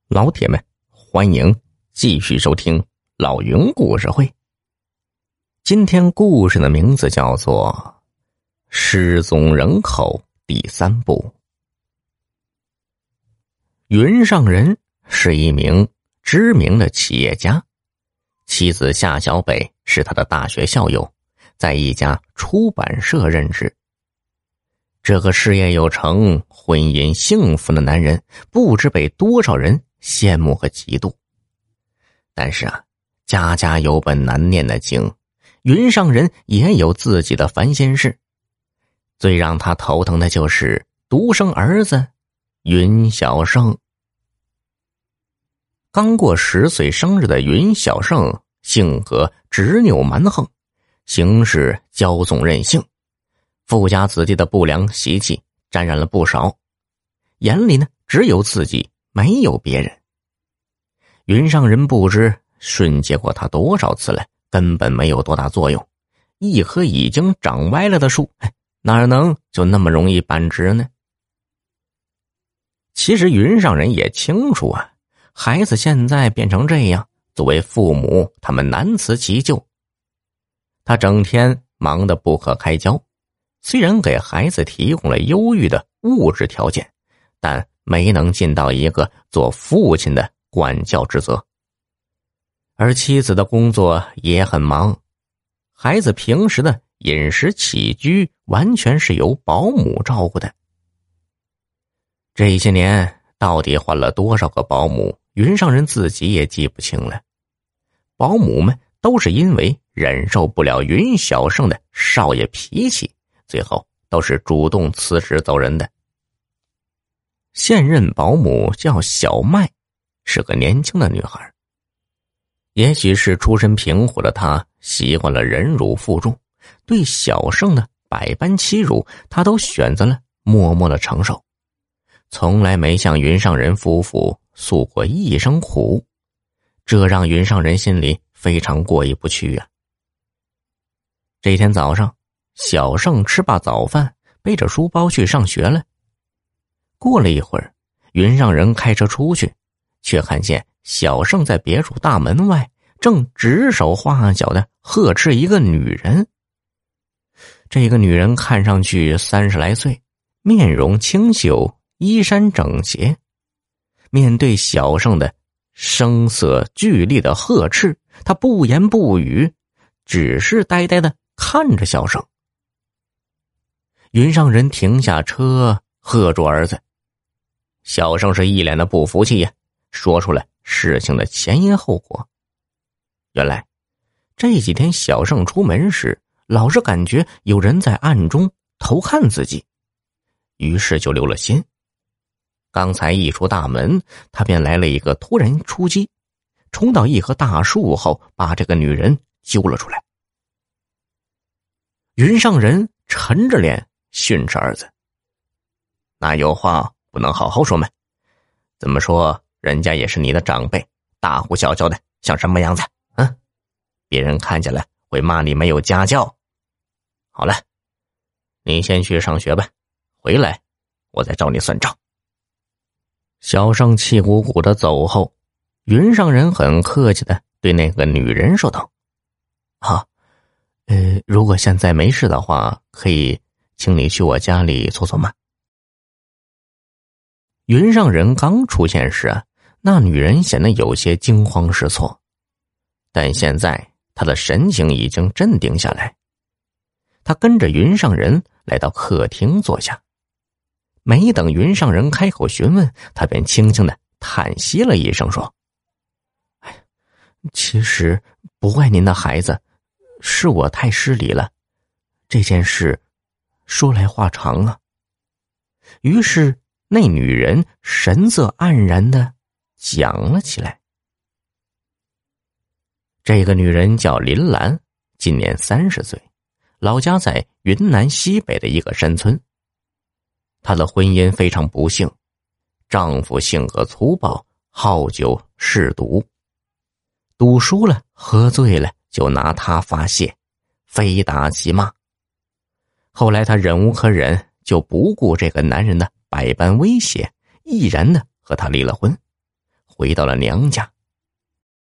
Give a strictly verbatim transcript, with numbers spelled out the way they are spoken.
老铁们，欢迎继续收听老云故事会。今天故事的名字叫做《失踪人口》第三部。云上人是一名知名的企业家，妻子夏小北是他的大学校友，在一家出版社任职。这个事业有成、婚姻幸福的男人，不知被多少人羡慕和嫉妒。但是啊，家家有本难念的经，云上人也有自己的烦心事。最让他头疼的就是独生儿子云小胜。刚过十岁生日的云小胜，性格执拗蛮横，行事骄纵任性，富家子弟的不良习气沾染了不少，眼里呢只有自己，没有别人。云上人不知训诫过他多少次了，根本没有多大作用。一棵已经长歪了的树，哪能就那么容易扳直呢？其实云上人也清楚啊，孩子现在变成这样，作为父母他们难辞其咎。他整天忙得不可开交，虽然给孩子提供了优裕的物质条件，但没能尽到一个做父亲的管教职责。而妻子的工作也很忙，孩子平时的饮食起居完全是由保姆照顾的。这些年到底换了多少个保姆，云上人自己也记不清了。保姆们都是因为忍受不了云小胜的少爷脾气，最后都是主动辞职走人的。现任保姆叫小麦，是个年轻的女孩。也许是出身贫苦的她习惯了忍辱负重，对小胜的百般欺辱，她都选择了默默的承受，从来没向云上人夫妇诉过一声苦，这让云上人心里非常过意不去啊。这天早上，小胜吃罢早饭，背着书包去上学了。过了一会儿，云上人开车出去，却看见小胜在别墅大门外正指手画脚的呵斥一个女人。这个女人看上去三十来岁，面容清秀，衣衫整洁。面对小胜的声色俱厉的呵斥，她不言不语，只是呆呆的看着小胜。云上人停下车，喝住儿子。小胜是一脸的不服气呀，说出了事情的前因后果。原来这几天小胜出门时，老是感觉有人在暗中偷看自己，于是就留了心。刚才一出大门，他便来了一个突然出击，冲到一棵大树后，把这个女人揪了出来。云上人沉着脸训斥儿子：那有话不能好好说吗？怎么说人家也是你的长辈，大呼小叫的像什么样子？嗯，别人看见了会骂你没有家教。好了，你先去上学吧，回来我再找你算账。小胜气鼓鼓的走后，云上人很客气的对那个女人说道：啊，呃，如果现在没事的话，可以请你去我家里坐坐吗？云上人刚出现时啊，那女人显得有些惊慌失措，但现在她的神情已经镇定下来。她跟着云上人来到客厅坐下，没等云上人开口询问，她便轻轻的叹息了一声说：哎，其实不怪您的孩子，是我太失礼了，这件事说来话长啊。于是那女人神色黯然的讲了起来。这个女人叫林兰，今年三十岁，老家在云南西北的一个山村。她的婚姻非常不幸，丈夫性格粗暴，好酒嗜赌，赌输了喝醉了就拿她发泄，非打即骂。后来她忍无可忍，就不顾这个男人的百般威胁，毅然的和他离了婚， 回到了娘家。